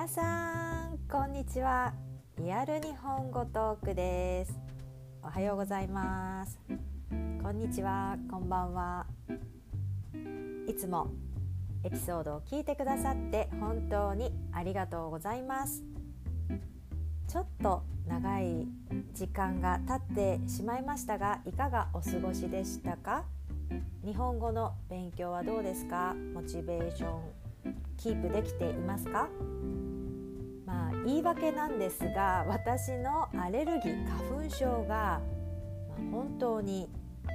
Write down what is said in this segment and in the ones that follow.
皆さんこんにちは。リアル日本語トークです。おはようございます。こんにちは、こんばんは。いつもエピソードを聞いてくださって本当にありがとうございます。ちょっと長い時間が経ってしまいましたが、いかがお過ごしでしたか？日本語の勉強はどうですか？モチベーションキープできていますか？言い訳なんですが、私のアレルギー花粉症が、本当に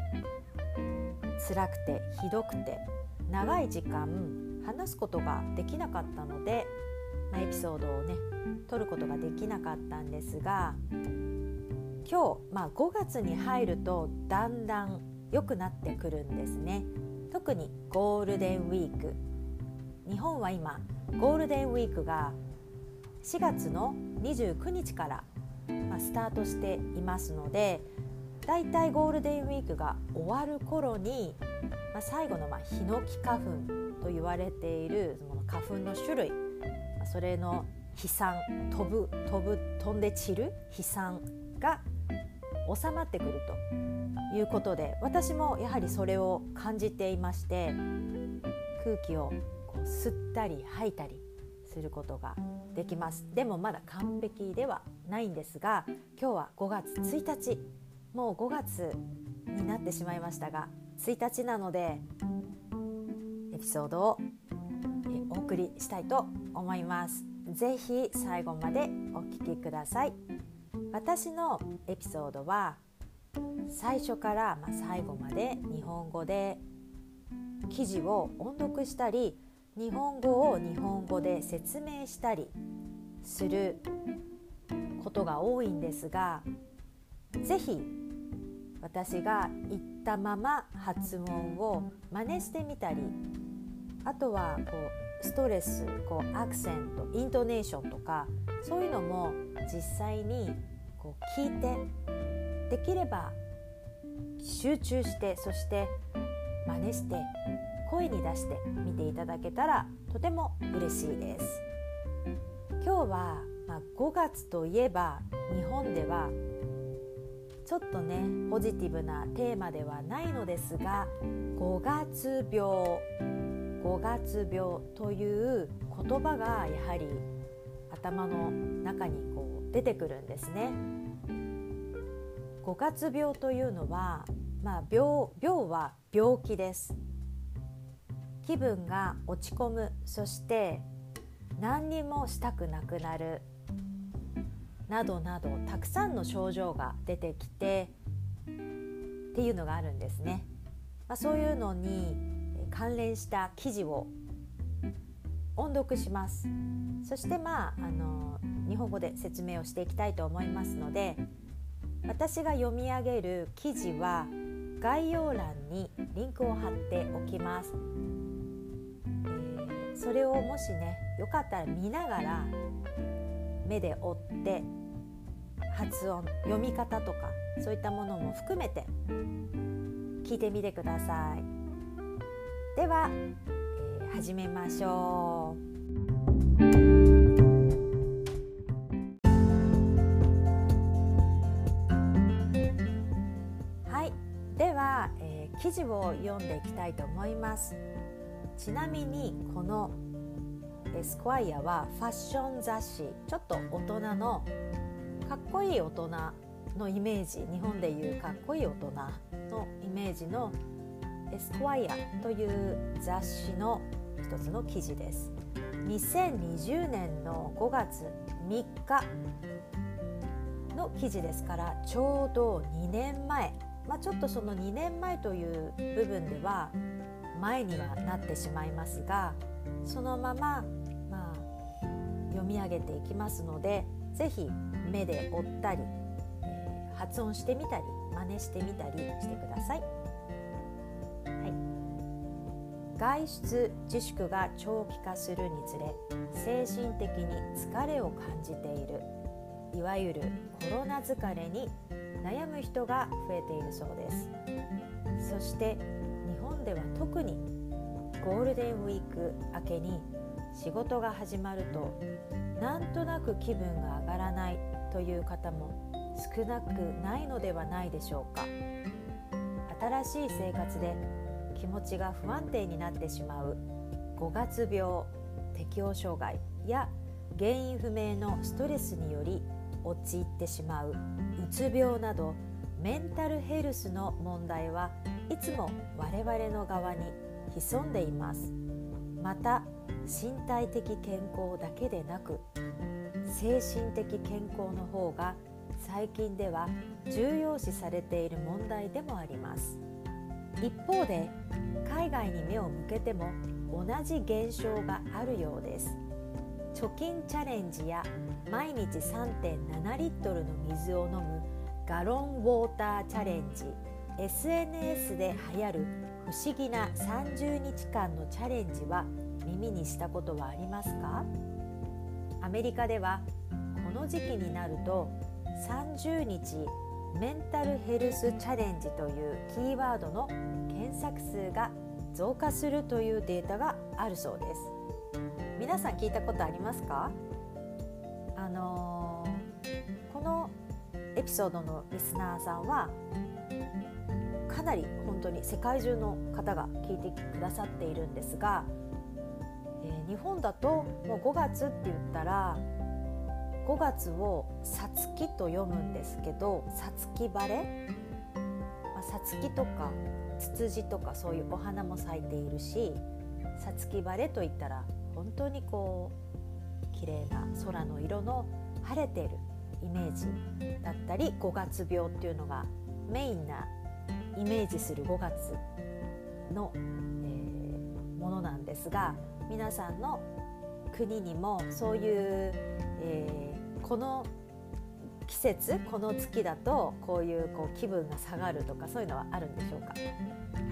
辛くてひどくて長い時間話すことができなかったので、エピソードを撮ることができなかったんですが、今日、5月に入るとだんだん良くなってくるんですね。特にゴールデンウィーク、日本は今ゴールデンウィークが4月の29日から、スタートしていますので、だいたいゴールデンウィークが終わる頃に、最後のヒノキ花粉と言われているその花粉の種類、それの飛散、飛んで散る飛散が収まってくるということで、私もやはりそれを感じていまして、空気を吸ったり吐いたりすることができます。でもまだ完璧ではないんですが、今日は5月1日、もう5月になってしまいましたが、1日なのでエピソードをお送りしたいと思います。ぜひ最後までお聞きください。私のエピソードは最初から最後まで日本語で記事を音読したり、日本語を日本語で説明したりすることが多いんですが、ぜひ私が言ったまま発音を真似してみたり、あとはストレス、アクセント、イントネーションとか、そういうのも実際に聞いて、できれば集中して、そして真似して声に出してみていただけたらとても嬉しいです。今日は、5月といえば日本ではちょっとポジティブなテーマではないのですが、5月病という言葉がやはり頭の中に出てくるんですね。5月病というのは、病は病気です。気分が落ち込む、そして何にもしたくなくなるなどなど、たくさんの症状が出てきてっていうのがあるんですね。そういうのに関連した記事を音読します。そして日本語で説明をしていきたいと思いますので、私が読み上げる記事は概要欄にリンクを貼っておきます。それをもしよかったら見ながら目で追って発音、読み方とかそういったものも含めて聞いてみてください。では、始めましょう。はい、では、記事を読んでいきたいと思います。ちなみにこのエスクワイアはファッション雑誌、ちょっと大人のかっこいい大人のイメージ、日本でいうかっこいい大人のイメージのエスクワイアという雑誌の一つの記事です。2020年の5月3日の記事ですから、ちょうど2年前、ちょっとその2年前という部分では前にはなってしまいますが、そのまま、読み上げていきますので、ぜひ目で追ったり、発音してみたり真似してみたりしてください。外出自粛が長期化するにつれ、精神的に疲れを感じている、いわゆるコロナ疲れに悩む人が増えているそうです。そして日本では特にゴールデンウィーク明けに仕事が始まるとなんとなく気分が上がらないという方も少なくないのではないでしょうか。新しい生活で気持ちが不安定になってしまう5月病、適応障害や原因不明のストレスにより陥ってしまううつ病など、メンタルヘルスの問題はいつも我々の側に潜んでいます。また身体的健康だけでなく精神的健康の方が最近では重要視されている問題でもあります。一方で海外に目を向けても同じ現象があるようです。貯金チャレンジや毎日 3.7 リットルの水を飲むガロンウォーターチャレンジ、 SNS で流行る不思議な30日間のチャレンジは耳にしたことはありますか？アメリカではこの時期になると30日メンタルヘルスチャレンジというキーワードの検索数が増加するというデータがあるそうです。皆さん聞いたことありますか？このエピソードのリスナーさんはかなり本当に世界中の方が聞いてくださっているんですが、日本だともう5月って言ったら5月をさつきと読むんですけど、さつき晴れ、さつきとかツツジとかそういうお花も咲いているし、さつき晴れといったら本当にこう綺麗な空の色の晴れているイメージだったり、5月病っていうのがメインなイメージする5月の、ものなんですが、皆さんの国にもそういう、この季節この月だとこういう気分が下がるとかそういうのはあるんでしょうか？はい。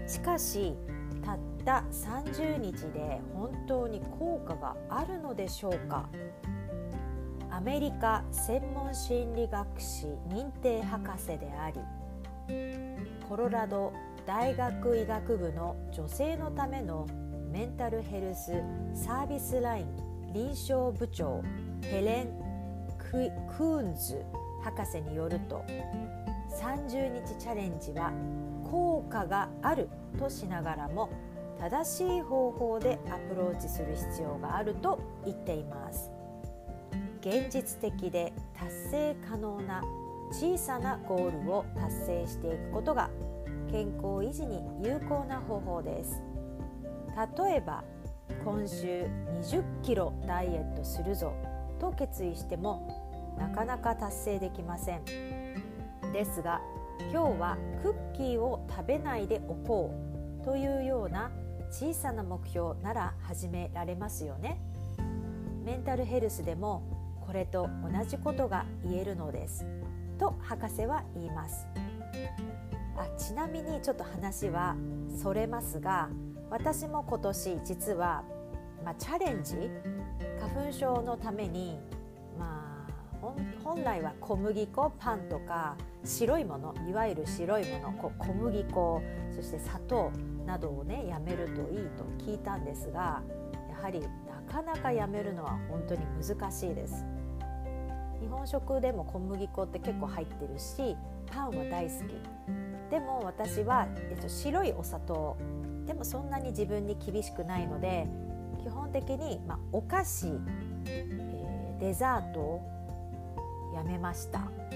しかしたった30日で本当に効果があるのでしょうか？アメリカ専門心理学士認定博士であり、コロラド大学医学部の女性のためのメンタルヘルスサービスライン臨床部長ヘレン・クーンズ博士によると、30日チャレンジは効果があるとしながらも正しい方法でアプローチする必要があると言っています。現実的で達成可能な小さなゴールを達成していくことが健康維持に有効な方法です。例えば今週20キロダイエットするぞと決意してもなかなか達成できません。ですが今日はクッキーを食べないでおこうというような小さな目標なら始められますよね。メンタルヘルスでもこれと同じことが言えるのですと博士は言います。ちなみにちょっと話はそれますが、私も今年実は、チャレンジ花粉症のために、本来は小麦粉、パンとか白いもの、いわゆる白いもの、小麦粉、そして砂糖などをねやめるといいと聞いたんですが、やはりなかなかやめるのは本当に難しいです。日本食でも小麦粉って結構入ってるし、パンは大好き。でも私は、白いお砂糖でもそんなに自分に厳しくないので、基本的に、お菓子、デザートをやめました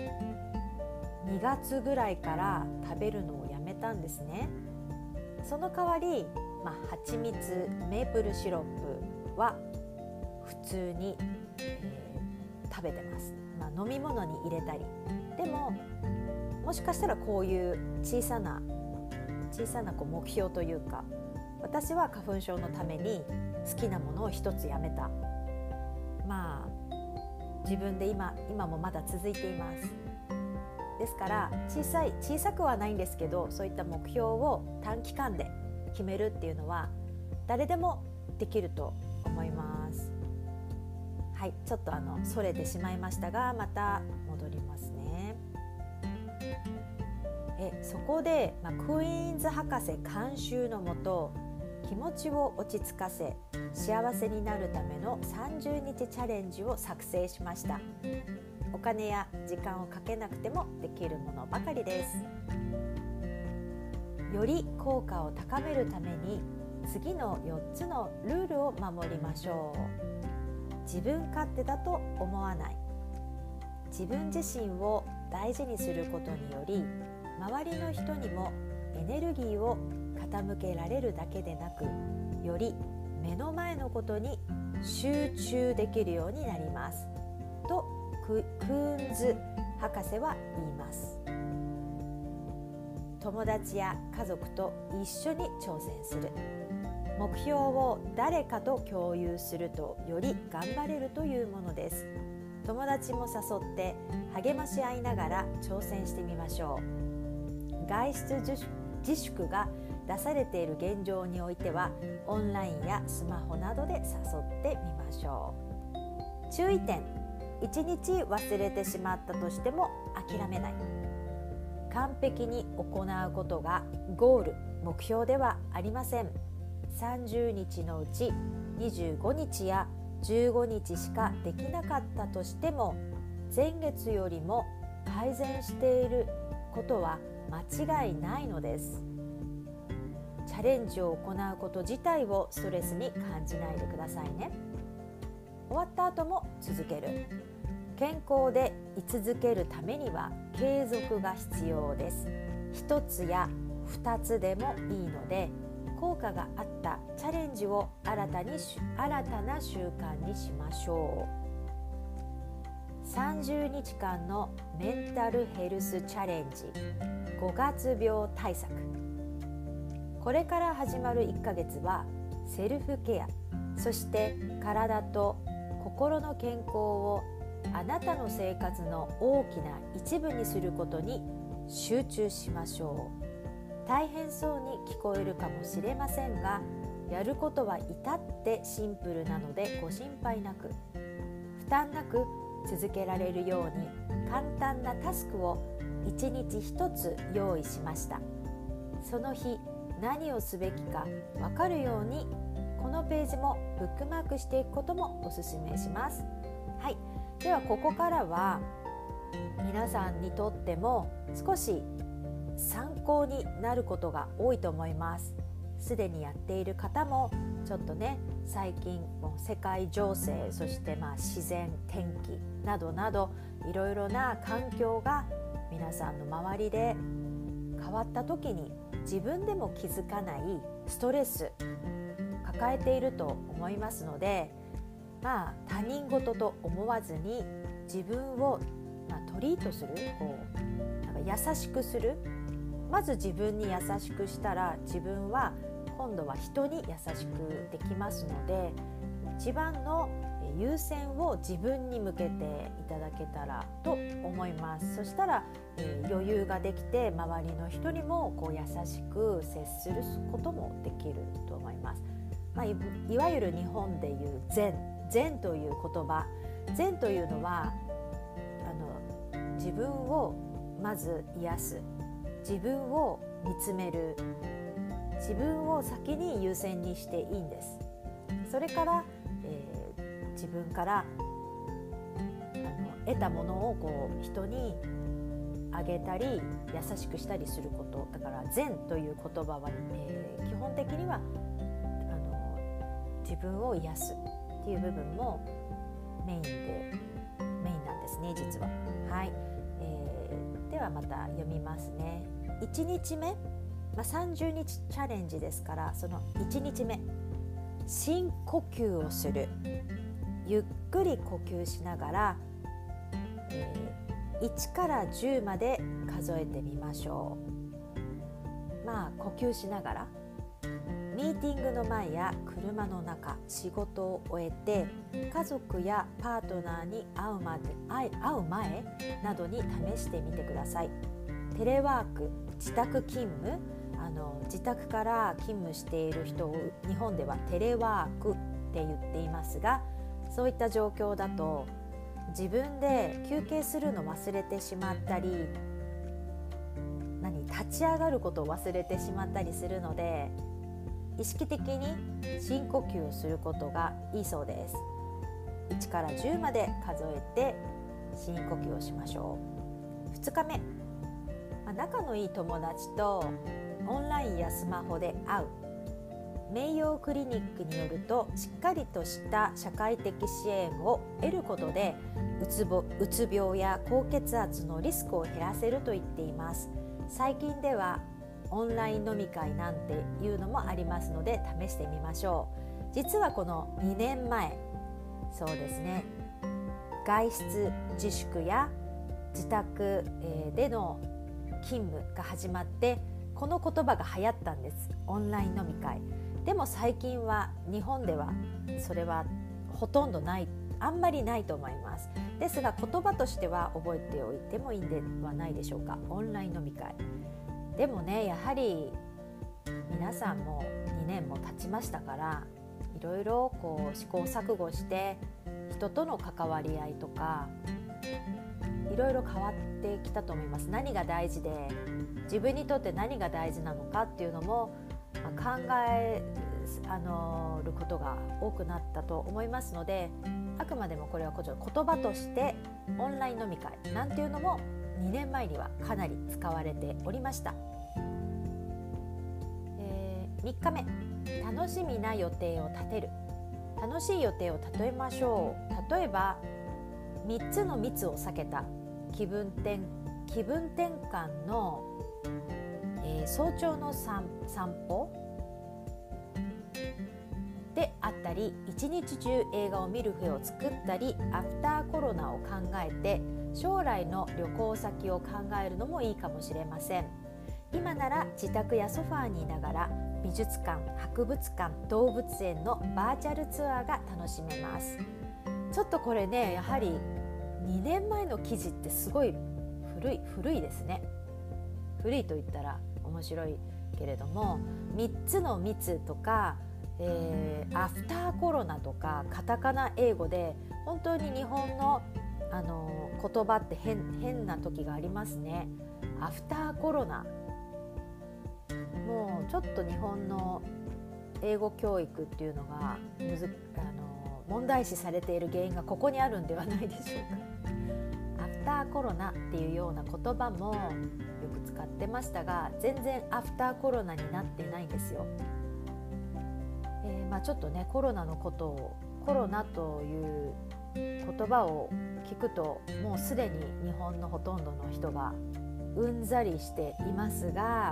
。2月ぐらいから食べるのをやめたんですね。その代わり、蜂蜜、メープルシロップは普通に、食べてます。飲み物に入れたり。でももしかしたらこういう小さな目標というか、私は花粉症のために好きなものを一つやめた。自分で今もまだ続いています。ですから小さくはないんですけど、そういった目標を短期間で決めるっていうのは誰でもできると思います。はい、ちょっとそれてしまいましたが、また戻りますね。そこで、クイーンズ博士監修のもと、 気持ちを落ち着かせ幸せになるための30日チャレンジを作成しました。お金や時間をかけなくてもできるものばかりです。より効果を高めるために次の4つのルールを守りましょう。自分勝手だと思わない。自分自身を大事にすることにより周りの人にもエネルギーを傾けられるだけでなく、より目の前のことに集中できるようになりますとクーンズ博士は言います。友達や家族と一緒に挑戦する。目標を誰かと共有するとより頑張れるというものです。友達も誘って励まし合いながら挑戦してみましょう。外出自粛が出されている現状においてはオンラインやスマホなどで誘ってみましょう。注意点、1日忘れてしまったとしても諦めない。完璧に行うことがゴール、目標ではありません。30日のうち25日や15日しかできなかったとしても前月よりも改善していることは間違いないのです。チャレンジを行うこと自体をストレスに感じないでくださいね。終わった後も続ける。健康で居続けるためには継続が必要です。1つや2つでもいいので効果があったチャレンジを新たな習慣にしましょう。30日間のメンタルヘルスチャレンジ5月病対策。これから始まる1ヶ月はセルフケア、そして体と心の健康をあなたの生活の大きな一部にすることに集中しましょう。大変そうに聞こえるかもしれませんが、やることは至ってシンプルなのでご心配なく、負担なく続けられるように簡単なタスクを1日1つ用意しました。その日何をすべきか分かるようにこのページもブックマークしていくこともおすすめします。はい、ではここからは皆さんにとっても少し参考になることが多いと思います。すでにやっている方もちょっとね、最近もう世界情勢、そして自然、天気などなどいろいろな環境が皆さんの周りで変わった時に自分でも気づかないストレス抱えていると思いますので、他人事と思わずに自分をトリートする、優しくする。まず自分に優しくしたら自分は今度は人に優しくできますので、一番の優先を自分に向けていただけたらと思います。そしたら、余裕ができて周りの人にも優しく接することもできると思います。いわゆる日本でいう禅という言葉、禅というのは自分をまず癒す、自分を見つめる、自分を先に優先にしていいんです。それから、自分から得たものを人にあげたり優しくしたりすること。だから禅という言葉は、基本的には自分を癒すっていう部分もメインなんですね、実は。はい、ではまた読みますね。1日目、30日チャレンジですから、その1日目、深呼吸をする。ゆっくり呼吸しながら、1から10まで数えてみましょう。呼吸しながらミーティングの前や車の中、仕事を終えて家族やパートナーに会う前などに試してみてください。テレワーク、自宅勤務、自宅から勤務している人を日本ではテレワークって言っていますが、そういった状況だと自分で休憩するの忘れてしまったり、立ち上がることを忘れてしまったりするので、 意識的に深呼吸をすることがいいそうです。1から10まで数えて深呼吸をしましょう。2日目、仲のいい友達とオンラインやスマホで会う。メイヨークリニックによると、しっかりとした社会的支援を得ることでうつ病や高血圧のリスクを減らせると言っています。最近ではオンライン飲み会なんていうのもありますので試してみましょう。実はこの2年前、そうですね、外出自粛や自宅での勤務が始まってこの言葉が流行ったんです。オンライン飲み会。でも最近は日本ではそれはほとんどない、あんまりないと思います。ですが言葉としては覚えておいてもいいんではないでしょうか。オンライン飲み会。でもね、やはり皆さんも2年も経ちましたから、いろいろ試行錯誤して人との関わり合いとかいろいろ変わってきたと思います。何が大事で自分にとって何が大事なのかっていうのも考えることが多くなったと思いますので、あくまでもこれは言葉としてオンライン飲み会なんていうのも2年前にはかなり使われておりました。3日目、楽しみな予定を立てる。楽しい予定を立てましょう。例えば3つの密を避けた気分転換の、早朝の散歩であったり、一日中映画を見る日を作ったり、アフターコロナを考えて将来の旅行先を考えるのもいいかもしれません。今なら自宅やソファーにいながら美術館、博物館、動物園のバーチャルツアーが楽しめます。ちょっとこれね、やはり2年前の記事ってすごい古いですね。古いと言ったら面白いけれども、3つの密とか、アフターコロナとかカタカナ英語で本当に日本の、言葉って変な時がありますね。アフターコロナ、もうちょっと日本の英語教育っていうのが問題視されている原因がここにあるんではないでしょうか。アフターコロナっていうような言葉もよく使ってましたが、全然アフターコロナになっていないんですよ。ちょっとね、コロナのことを、コロナという言葉を聞くともうすでに日本のほとんどの人がうんざりしていますが、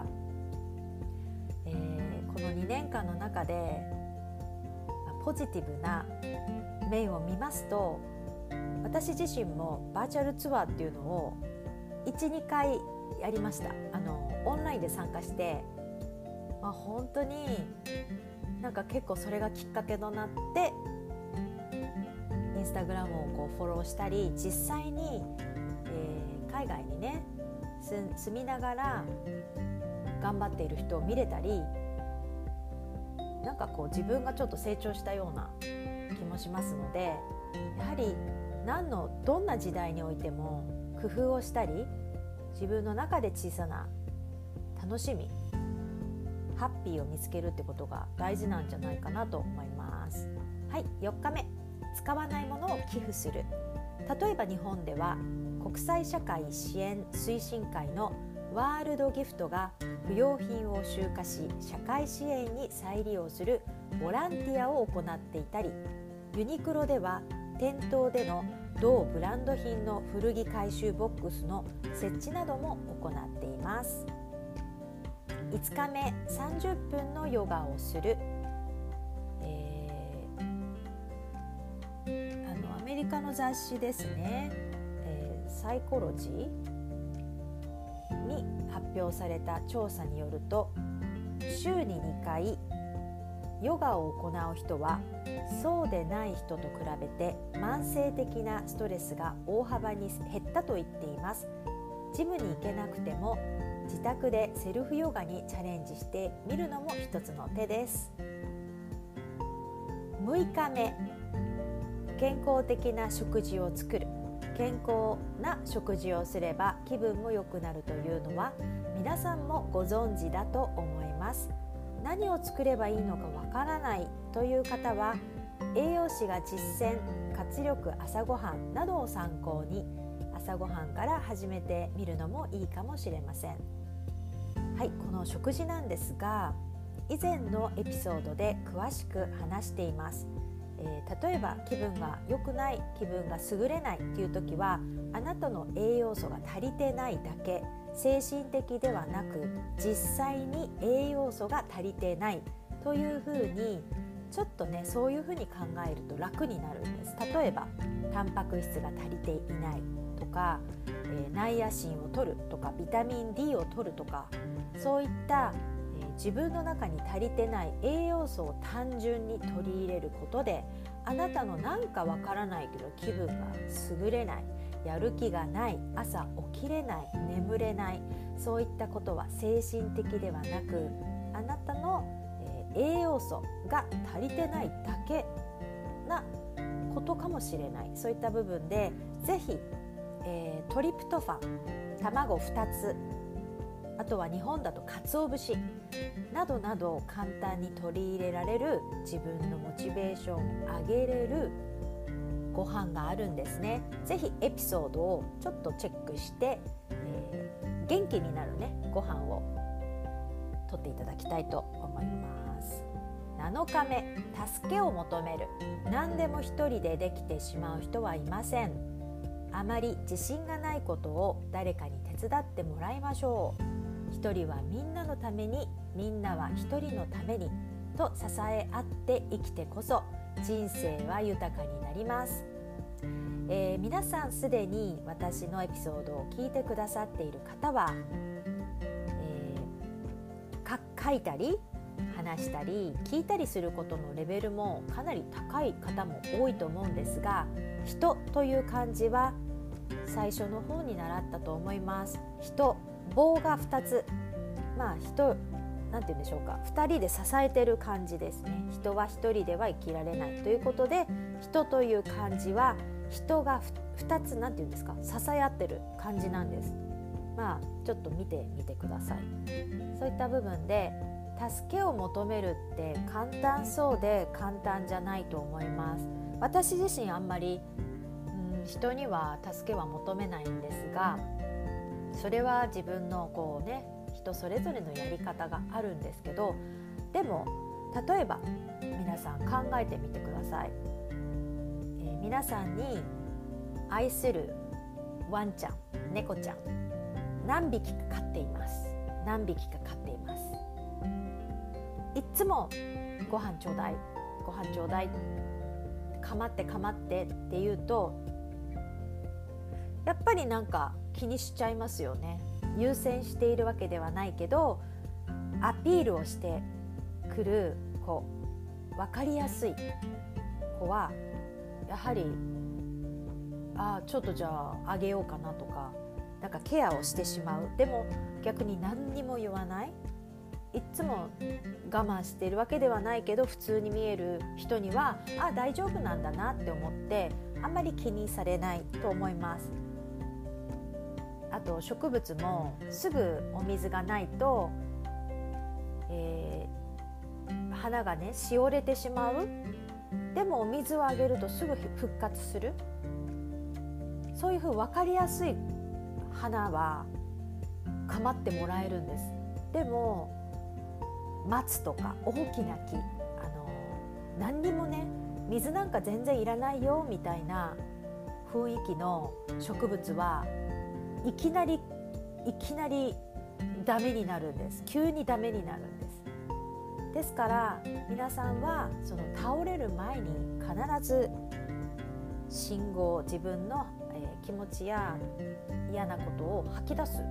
この2年間の中でポジティブな面を見ますと、私自身もバーチャルツアーっていうのを 1,2 回やりました。オンラインで参加して、本当になんか結構それがきっかけとなってインスタグラムをフォローしたり、実際に、海外にね住みながら頑張っている人を見れたり、なんか自分がちょっと成長したような気もしますので、やはりどんな時代においても工夫をしたり、自分の中で小さな楽しみ、ハッピーを見つけるってことが大事なんじゃないかなと思います。はい、4日目、使わないものを寄付する。例えば日本では国際社会支援推進会のワールドギフトが不用品を集荷し、社会支援に再利用するボランティアを行っていたり、ユニクロでは店頭での同ブランド品の古着回収ボックスの設置なども行っています。5日目、30分のヨガをする。アメリカの雑誌ですね、サイコロジーに発表された調査によると、週に2回ヨガを行う人はそうでない人と比べて慢性的なストレスが大幅に減ったと言っています。ジムに行けなくても自宅でセルフヨガにチャレンジしてみるのも一つの手です。6日目、健康的な食事を作る。健康な食事をすれば気分も良くなるというのは皆さんもご存知だと思います。 何を作ればいいのかわからないという方は、栄養士が実践、活力朝ごはんなどを参考に朝ごはんから始めてみるのもいいかもしれません。はい、この食事なんですが、以前のエピソードで詳しく話しています。例えば気分が良くない、気分が優れないという時は、あなたの栄養素が足りてないだけ、精神的ではなく実際に栄養素が足りてないというふうに、ちょっとねそういうふうに考えると楽になるんです。例えばタンパク質が足りていないとか、ナイアシンを摂るとか、ビタミン D を摂るとか、そういった自分の中に足りてない栄養素を単純に取り入れることで、あなたのなんかわからないけど気分が優れない、やる気がない、朝起きれない、眠れない、そういったことは精神的ではなく、あなたの栄養素が足りてないだけなことかもしれない。そういった部分でぜひ、トリプトファン、卵2つ、あとは日本だと鰹節などなど簡単に取り入れられる、自分のモチベーションを上げれるご飯があるんですね。ぜひエピソードをちょっとチェックして、元気になるねご飯をとっていただきたいと思います。7日目、助けを求める。何でも一人でできてしまう人はいません。あまり自信がないことを誰かに手伝ってもらいましょう。一人はみんなのために、みんなは一人のためにと支え合って生きてこそ人生は豊かになります。皆さんすでに私のエピソードを聞いてくださっている方は、書いたり話したり聞いたりすることのレベルもかなり高い方も多いと思うんですが、人という漢字は最初の方に習ったと思います。人、棒が2つ、人なんて言うんでしょうか、2人で支えてる感じですね。人は1人では生きられないということで、人という漢字は人が2つ、なんて言うんですか、支え合ってる感じなんです。ちょっと見てみてください。そういった部分で助けを求めるって簡単そうで簡単じゃないと思います。私自身あんまり人には助けは求めないんですが、それは自分の人それぞれのやり方があるんですけど、でも例えば皆さん考えてみてください。皆さんに愛するワンちゃん、猫ちゃん何匹か飼っています。何匹か飼っています。いつもご飯ちょうだい、ご飯ちょうだい、構って構ってって言うと、やっぱりなんか気にしちゃいますよね。優先しているわけではないけど、アピールをしてくる子、分かりやすい子はやはりちょっとじゃああげようかなとか、なんかケアをしてしまう。でも逆に何にも言わない、いつも我慢しているわけではないけど、普通に見える人には大丈夫なんだなって思って、あんまり気にされないと思います。あと植物もすぐお水がないと、花がねしおれてしまう。でもお水をあげるとすぐ復活する。そういうふう分かりやすい花は構ってもらえるんです。でも松とか大きな木、何にもね水なんか全然いらないよみたいな雰囲気の植物はいきなりダメになるんです。急にダメになるんです。ですから皆さんはその倒れる前に必ず信号、自分の気持ちや嫌なことを吐き出す、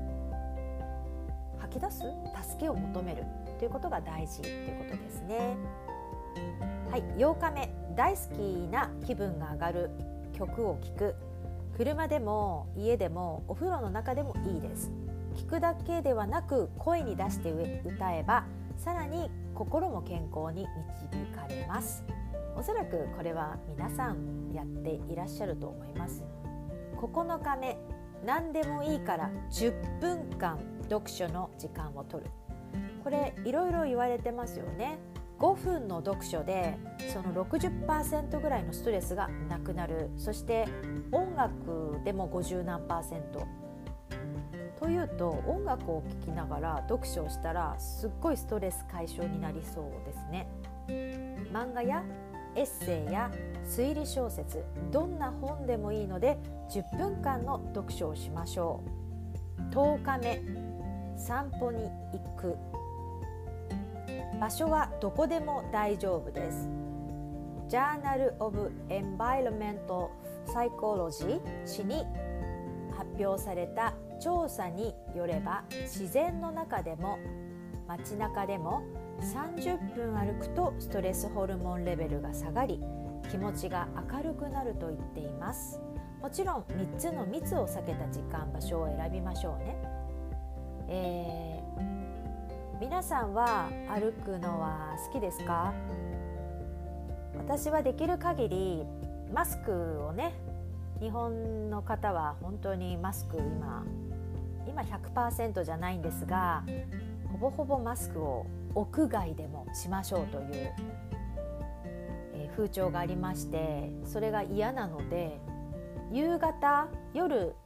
助けを求めるということが大事ということですね。はい、8日目、大好きな気分が上がる曲を聴く。車でも家でもお風呂の中でもいいです。聴くだけではなく声に出して歌えば、さらに心も健康に導かれます。おそらくこれは皆さんやっていらっしゃると思います。9日目、何でもいいから10分間読書の時間を取る。 これいろいろ言われてますよね。5分の読書でその 60% ぐらいのストレスがなくなる。そして音楽でも50何%というと、音楽を聴きながら読書をしたらすっごいストレス解消になりそうですね。漫画やエッセイや推理小説、どんな本でもいいので10分間の読書をしましょう。10日目、散歩に行く。場所はどこでも大丈夫です。Journal of Environmental Psychology 誌に発表された調査によれば、自然の中でも街中でも30分歩くとストレスホルモンレベルが下がり、気持ちが明るくなると言っています。もちろん3つの密を避けた時間、場所を選びましょうね。皆さんは歩くのは好きですか？私はできる限りマスクをね、日本の方は本当にマスク今 100% じゃないんですが、ほぼほぼマスクを屋外でもしましょうという、風潮がありまして、それが嫌なので夕方夜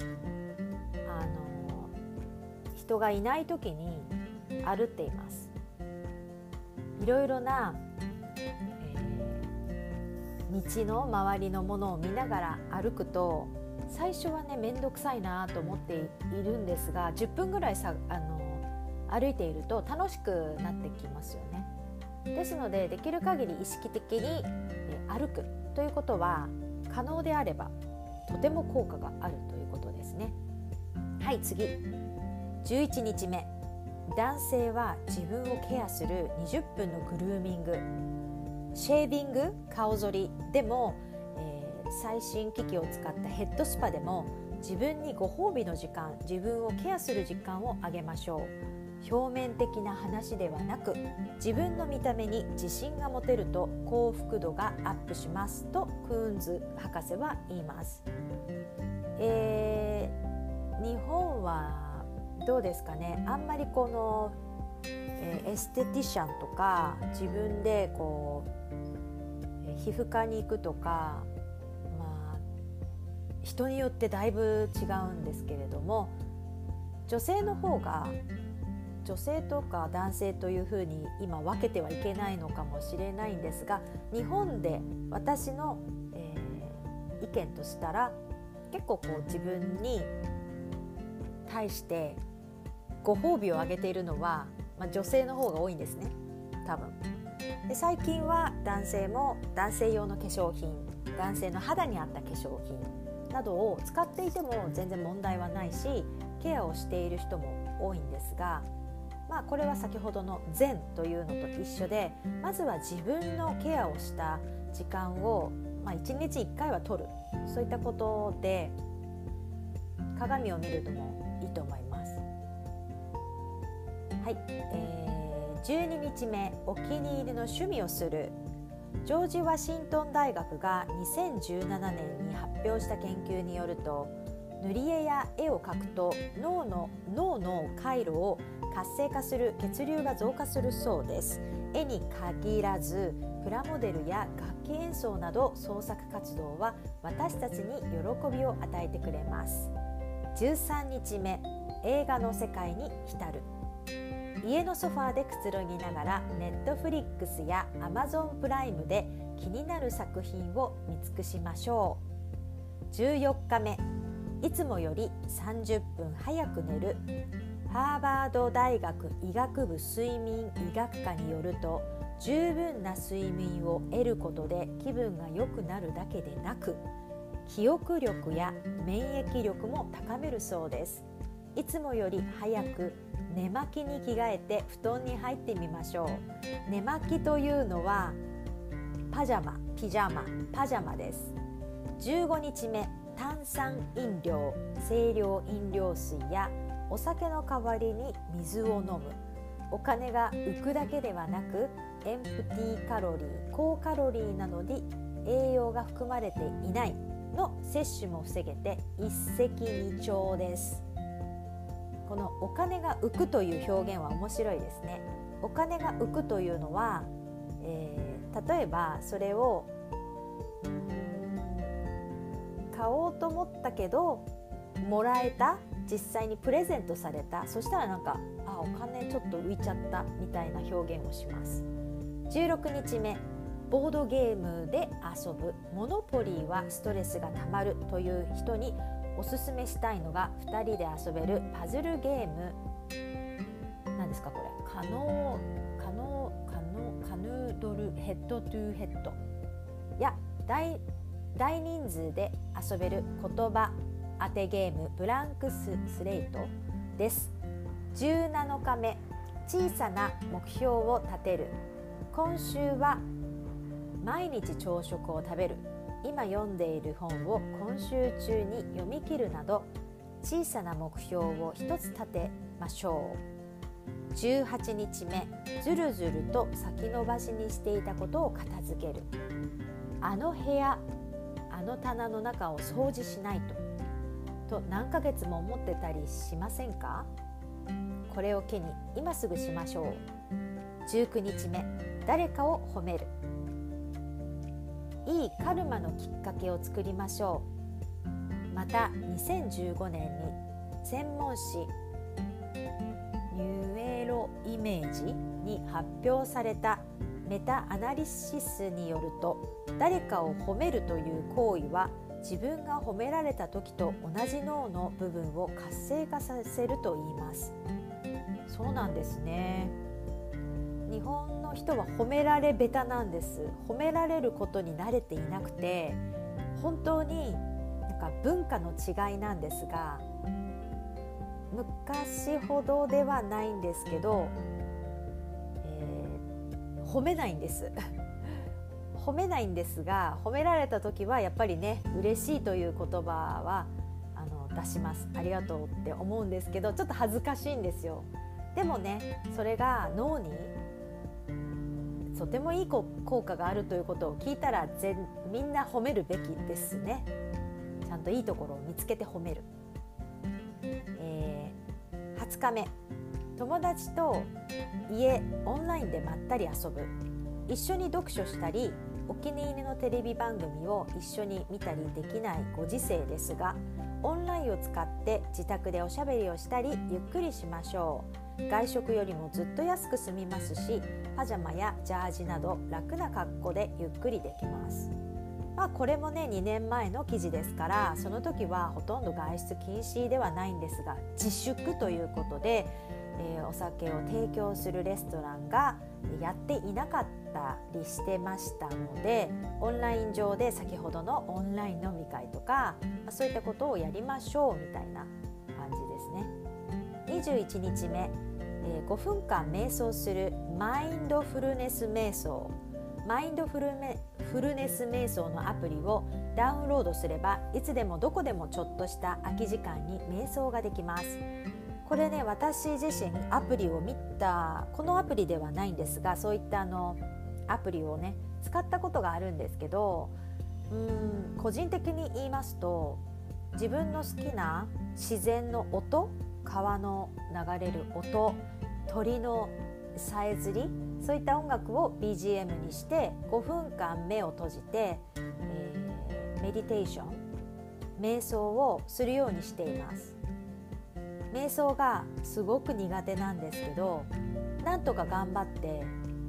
人がいない時に歩っています。いろいろな、道の周りのものを見ながら歩くと、最初はねめんどくさいなと思っているんですが、10分ぐらい歩いていると楽しくなってきますよね。ですので、できる限り意識的に歩くということは可能であればとても効果があるということですね。はい、次11日目、男性は自分をケアする20分のグルーミング。シェービング、顔剃りでも、最新機器を使ったヘッドスパでも自分にご褒美の時間、自分をケアする時間をあげましょう。表面的な話ではなく、自分の見た目に自信が持てると幸福度がアップしますとクーンズ博士は言います。日本はどうですかね。あんまりこの、エステティシャンとか自分でこう、皮膚科に行くとか、人によってだいぶ違うんですけれども、女性の方が、女性とか男性というふうに今分けてはいけないのかもしれないんですが、日本で私の、意見としたら、結構こう自分に対してご褒美をあげているのは、女性の方が多いんですね、多分。で、最近は男性も男性用の化粧品、男性の肌に合った化粧品などを使っていても全然問題はないし、ケアをしている人も多いんですが、これは先ほどの善というのと一緒で、まずは自分のケアをした時間を、1日1回は取る、そういったことで鏡を見るのもいいと思います。はい、12日目、お気に入りの趣味をする。ジョージ・ワシントン大学が2017年に発表した研究によると、塗り絵や絵を描くと脳の回路を活性化する、血流が増加するそうです。絵に限らず、プラモデルや楽器演奏など創作活動は私たちに喜びを与えてくれます。13日目、映画の世界に浸る。家のソファーでくつろぎながら、ネットフリックスやアマゾンプライムで気になる作品を見尽くしましょう。14日目、いつもより30分早く寝る。ハーバード大学医学部睡眠医学科によると、十分な睡眠を得ることで気分が良くなるだけでなく、記憶力や免疫力も高めるそうです。いつもより早く寝巻きに着替えて布団に入ってみましょう。寝巻きというのはパジャマです。15日目、炭酸飲料、清涼飲料水やお酒の代わりに水を飲む。お金が浮くだけではなく、エンプティーカロリー、高カロリーなのに栄養が含まれていないの摂取も防げて一石二鳥です。 このお金が浮くという表現は面白いですね。お金が浮くというのは、例えばそれを買おうと思ったけどもらえた、実際にプレゼントされた、そしたらなんかお金ちょっと浮いちゃったみたいな表現をします。16日目、ボードゲームで遊ぶ。モノポリーはストレスがたまるという人におすすめしたいのが、2人で遊べるパズルゲーム。何ですかこれ、カヌードルヘッドトゥヘッドや大人数で遊べる言葉当てゲームブランクスレートです。17日目、小さな目標を立てる。今週は毎日朝食を食べる。今読んでいる本を今週中に読み切るなど、小さな目標を一つ立てましょう。18日目、ずるずると先延ばしにしていたことを片付ける。あの部屋、あの棚の中を掃除しないと何ヶ月も思ってたりしませんか？これを機に今すぐしましょう。19日目、誰かを褒める。いいカルマのきっかけを作りましょう。また2015年に専門誌ニュエロイメージに発表されたメタアナリシスによると、誰かを褒めるという行為は自分が褒められた時と同じ脳の部分を活性化させるといいます。そうなんですね。日本の人は褒められベタなんです。褒められることに慣れていなくて、本当になんか文化の違いなんですが、昔ほどではないんですけど、褒めないんです褒めないんですが、褒められた時はやっぱりね、嬉しいという言葉は出します。ありがとうって思うんですけど、ちょっと恥ずかしいんですよ。でもね、それが脳にとてもいい効果があるということを聞いたら、みんな褒めるべきですね。ちゃんといいところを見つけて褒める。20日目、友達とオンラインでまったり遊ぶ。一緒に読書したり、お気に入りのテレビ番組を一緒に見たりできないご時世ですが、オンラインを使って自宅でおしゃべりをしたりゆっくりしましょう。外食よりもずっと安く済みますし、パジャマやジャージなど楽な格好でゆっくりできます。これもね2年前の記事ですから、その時はほとんど外出禁止ではないんですが、自粛ということで、お酒を提供するレストランがやっていなかったりしてましたので、オンライン上で先ほどのオンライン飲み会とか、そういったことをやりましょうみたいな感じですね。21日目、5分間瞑想するマインドフルネス瞑想。マインドフルネス瞑想のアプリをダウンロードすれば、いつでもどこでもちょっとした空き時間に瞑想ができます。これね、私自身アプリを見た、このアプリではないんですが、そういったアプリをね使ったことがあるんですけど、個人的に言いますと、自分の好きな自然の音、川の流れる音、鳥のさえずり、そういった音楽を BGM にして5分間目を閉じて、メディテーション、瞑想をするようにしています。瞑想がすごく苦手なんですけど、なんとか頑張って、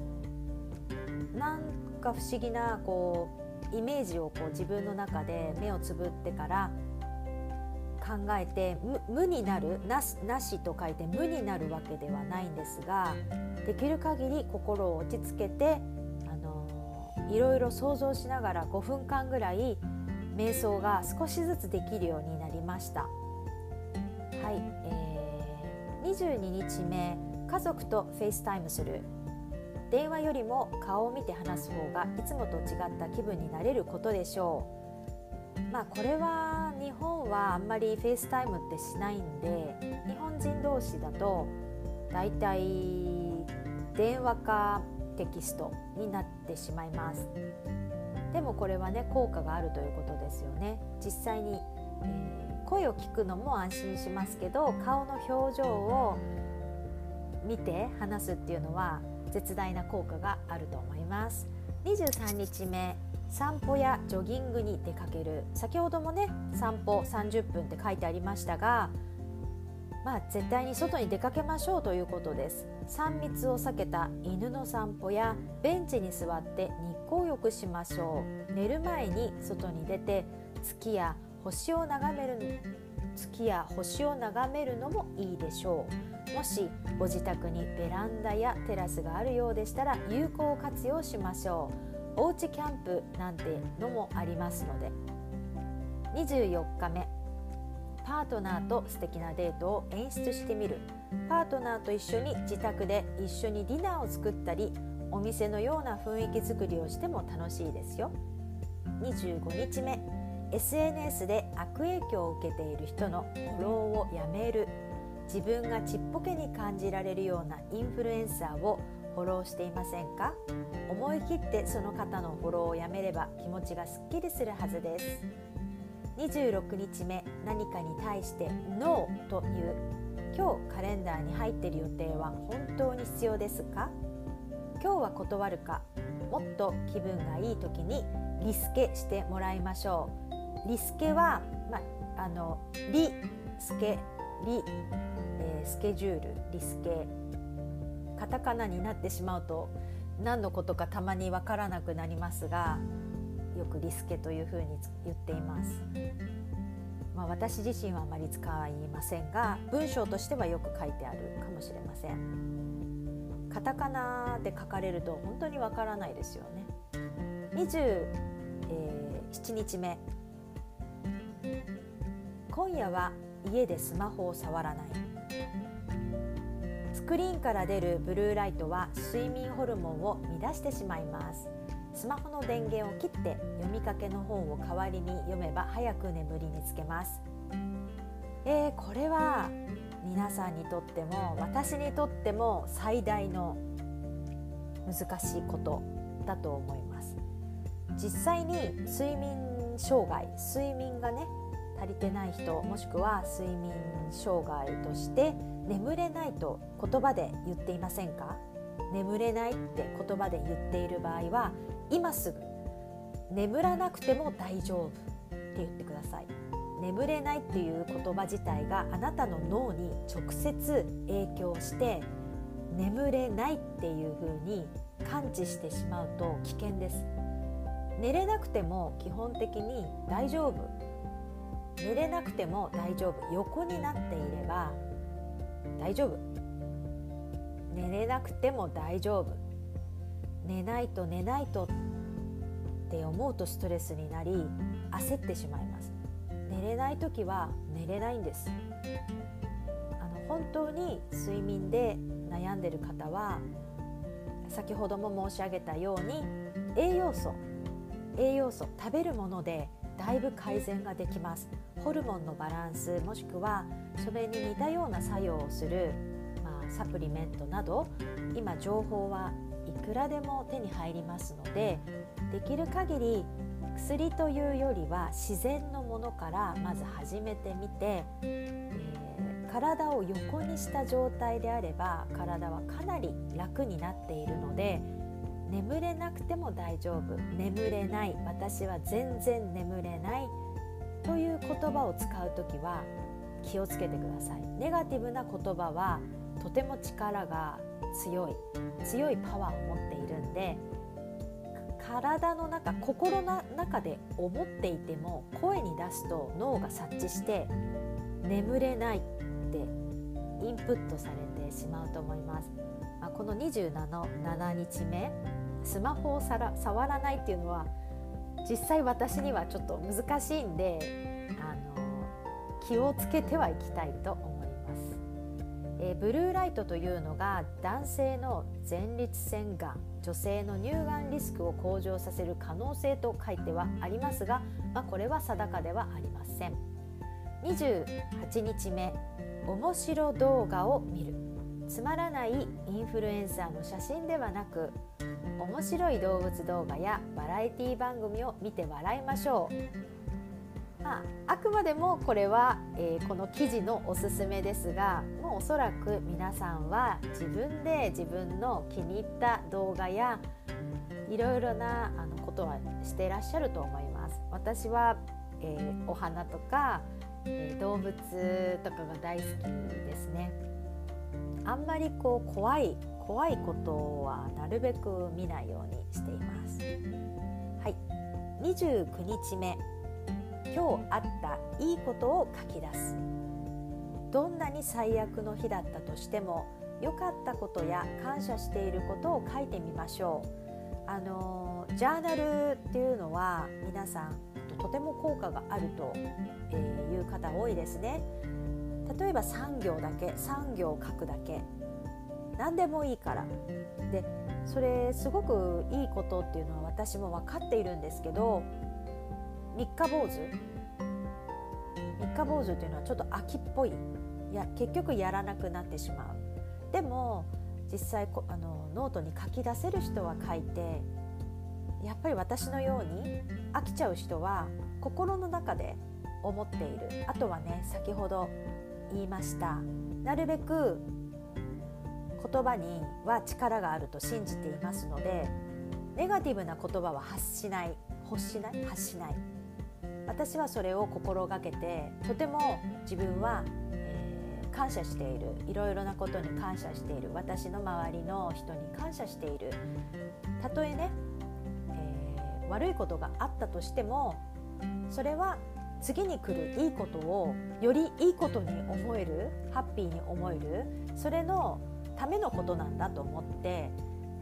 なんか不思議なイメージを自分の中で目をつぶってから考えて、無になる、なしと書いて無になるわけではないんですが、できる限り心を落ち着けて、いろいろ想像しながら5分間ぐらい瞑想が少しずつできるようになりました。はい、22日目、家族とフェイスタイムする。電話よりも顔を見て話す方がいつもと違った気分になれることでしょう。これは日本はあんまりフェイスタイムってしないんで、日本人同士だとだいたい電話かテキストになってしまいます。でもこれはね効果があるということですよね。実際に、 声を聞くのも安心しますけど、顔の表情を見て話すっていうのは絶大な効果があると思います。23日目、散歩やジョギングに出かける。先ほどもね、散歩30分って書いてありましたが、絶対に外に出かけましょうということです。3密を避けた犬の散歩やベンチに座って日光浴しましょう。寝る前に外に出て月や星を眺めるのもいいでしょう。もしご自宅にベランダやテラスがあるようでしたら有効活用しましょう。おうちキャンプなんてのもありますので。24日目、パートナーと素敵なデートを演出してみる。パートナーと一緒に自宅で一緒にディナーを作ったり、お店のような雰囲気作りをしても楽しいですよ。25日目、SNS で悪影響を受けている人のフォローをやめる。自分がちっぽけに感じられるようなインフルエンサーをフォローしていませんか？思い切ってその方のフォローをやめれば気持ちがすっきりするはずです。26日目、何かに対してノーという。今日カレンダーに入っている予定は本当に必要ですか？今日は断るか、もっと気分がいい時にリスケしてもらいましょう。リスケは、スケジュール、リスケ、カタカナになってしまうと何のことかたまにわからなくなりますが、よくリスケというふうに言っています。私自身はあまり使いませんが、文章としてはよく書いてあるかもしれません。カタカナで書かれると本当にわからないですよね。27日目、今夜は家でスマホを触らない。スクリーンから出るブルーライトは睡眠ホルモンを乱してしまいます。スマホの電源を切って読みかけの本を代わりに読めば早く眠りにつけます。これは皆さんにとっても私にとっても最大の難しいことだと思います。実際に睡眠がね足りてない人、もしくは睡眠障害として眠れないと言葉で言っていませんか？眠れないって言葉で言っている場合は、今すぐ眠らなくても大丈夫って言ってください。眠れないっていう言葉自体があなたの脳に直接影響して、眠れないっていう風に感知してしまうと危険です。寝れなくても基本的に大丈夫、寝れなくても大丈夫、横になっていれば大丈夫、寝れなくても大丈夫、寝ないとって思うとストレスになり焦ってしまいます。寝れないときは寝れないんです。本当に睡眠で悩んでいる方は、先ほども申し上げたように栄養素、食べるものでだいぶ改善ができます。ホルモンのバランス、もしくはそれに似たような作用をする、サプリメントなど、今情報はいくらでも手に入りますので、できる限り薬というよりは自然のものからまず始めてみて、体を横にした状態であれば体はかなり楽になっているので、眠れなくても大丈夫、眠れない、私は全然眠れないという言葉を使うときは気をつけてください。ネガティブな言葉はとても力が強いパワーを持っているんで、体の中、心の中で思っていても声に出すと脳が察知して眠れないってインプットされてしまうと思います。この27日目、スマホを触らないっていうのは実際私にはちょっと難しいんで、気をつけてはいきたいと思います。ブルーライトというのが男性の前立腺がん、女性の乳がんリスクを向上させる可能性と書いてはありますが、これは定かではありません。28日目、面白動画を見る。つまらないインフルエンサーの写真ではなく、面白い動物動画やバラエティ番組を見て笑いましょう。 あくまでもこれは、この記事のおすすめですが、もうおそらく皆さんは自分で自分の気に入った動画やいろいろなことはしていらっしゃると思います。私は、お花とか、動物とかが大好きですね。あんまり怖いことはなるべく見ないようにしています。はい、29日目、今日あったいいことを書き出す。どんなに最悪の日だったとしても、良かったことや感謝していることを書いてみましょう。ジャーナルっていうのは皆さんとても効果があるという方多いですね。例えば3行だけ、3行書くだけ、何でもいいから。で、それすごくいいことっていうのは私も分かっているんですけど、三日坊主っていうのはちょっと秋っぽい、結局やらなくなってしまう。でも実際ノートに書き出せる人は書いて、やっぱり私のように飽きちゃう人は心の中で思っている。あとはね、先ほど言いました、なるべく言葉には力があると信じていますので、ネガティブな言葉は発しない。私はそれを心がけて、とても自分は、感謝している。いろいろなことに感謝している。私の周りの人に感謝している。たとえね、悪いことがあったとしても、それは次に来るいいことをよりいいことに思える、ハッピーに思える、それのためのことなんだと思って、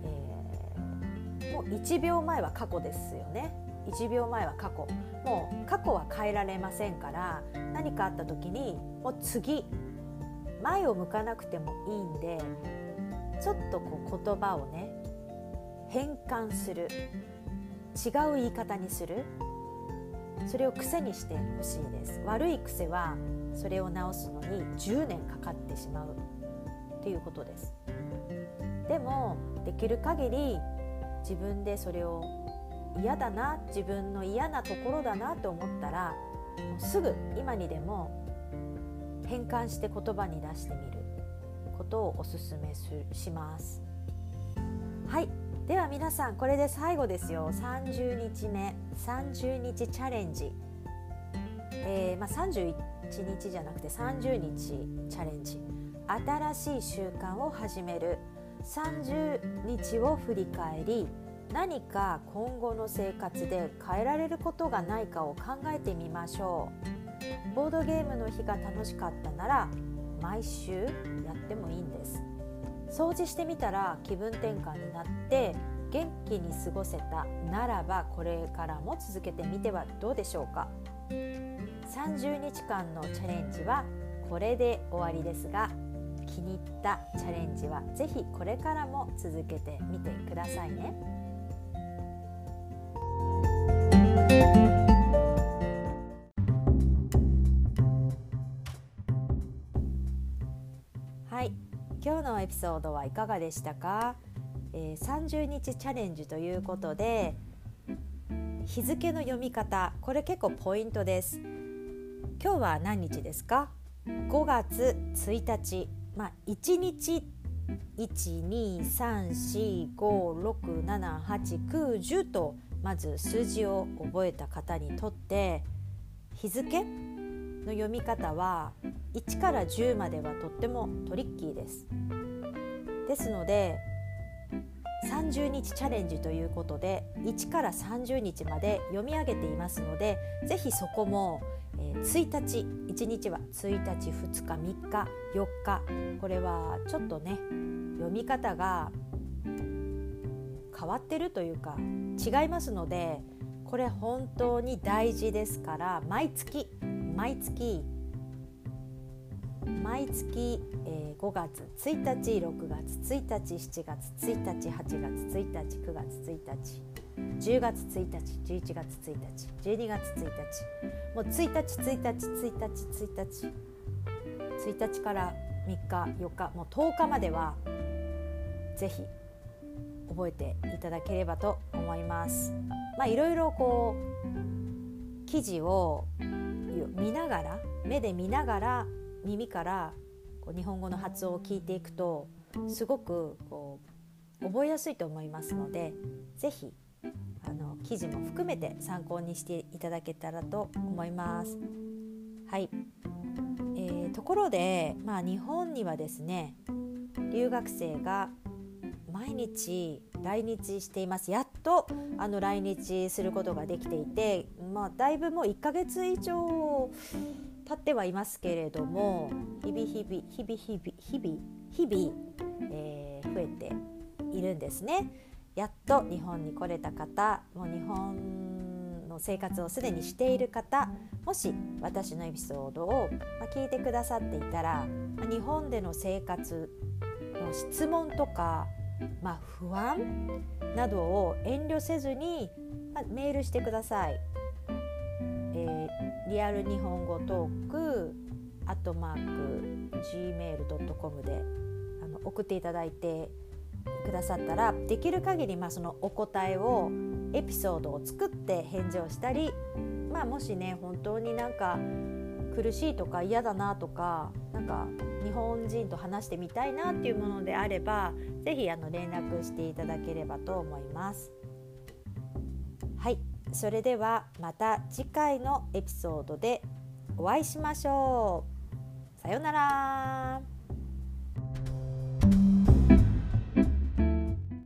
もう1秒前は過去ですよね。1秒前は過去。もう過去は変えられませんから、何かあった時にもう次、前を向かなくてもいいんで、ちょっと言葉をね、変換する、違う言い方にする、それを癖にしてほしいです。悪い癖はそれを直すのに10年かかってしまうっていうことです。でもできる限り自分でそれを嫌だな、自分の嫌なところだなと思ったら、もうすぐ今にでも変換して言葉に出してみることをおすすめします。はい、では皆さん、これで最後ですよ。30日目、30日チャレンジ、31日じゃなくて30日チャレンジ。新しい習慣を始める。30日を振り返り、何か今後の生活で変えられることがないかを考えてみましょう。ボードゲームの日が楽しかったなら毎週やってもいいんです。掃除してみたら気分転換になって元気に過ごせたならば、これからも続けてみてはどうでしょうか。30日間のチャレンジはこれで終わりですが、気に入ったチャレンジはぜひこれからも続けてみてくださいね。はい、今日のエピソードはいかがでしたか。30日チャレンジということで、日付の読み方、これ結構ポイントです。今日は何日ですか？5月1日、1日 1,2,3,4,5,6,7,8,9,10 とまず数字を覚えた方にとって、日付の読み方は1から10まではとってもトリッキーです。ですので30日チャレンジということで1から30日まで読み上げていますので、ぜひそこも1日、1日は1日、2日、3日、4日、これはちょっとね読み方が変わってるというか違いますので、これ本当に大事ですから、毎月5月1日、6月1日、7月1日、8月1日、9月1日、10月1日、11月1日、12月1日、もう1日から3日、4日、もう10日まではぜひ覚えていただければと思います。いろいろ記事を見ながら、目で見ながら耳からこう日本語の発音を聞いていくとすごくこう覚えやすいと思いますので、ぜひ記事も含めて参考にしていただけたらと思います。はい、ところで、日本にはですね、留学生が毎日来日しています。やっと来日することができていて、だいぶもう1ヶ月以上経ってはいますけれども、日々、増えているんですね。やっと日本に来れた方、もう日本の生活をすでにしている方、もし私のエピソードを聞いてくださっていたら、日本での生活の質問とか、不安などを遠慮せずに、メールしてください。リアル日本語トーク@gmail.com で送っていただいてくださったら、できる限りそのお答えをエピソードを作って返事をしたり、もしね本当に苦しいとか嫌だなとか、日本人と話してみたいなっていうものであれば、ぜひ連絡していただければと思います。はい、それではまた次回のエピソードでお会いしましょう。さようなら。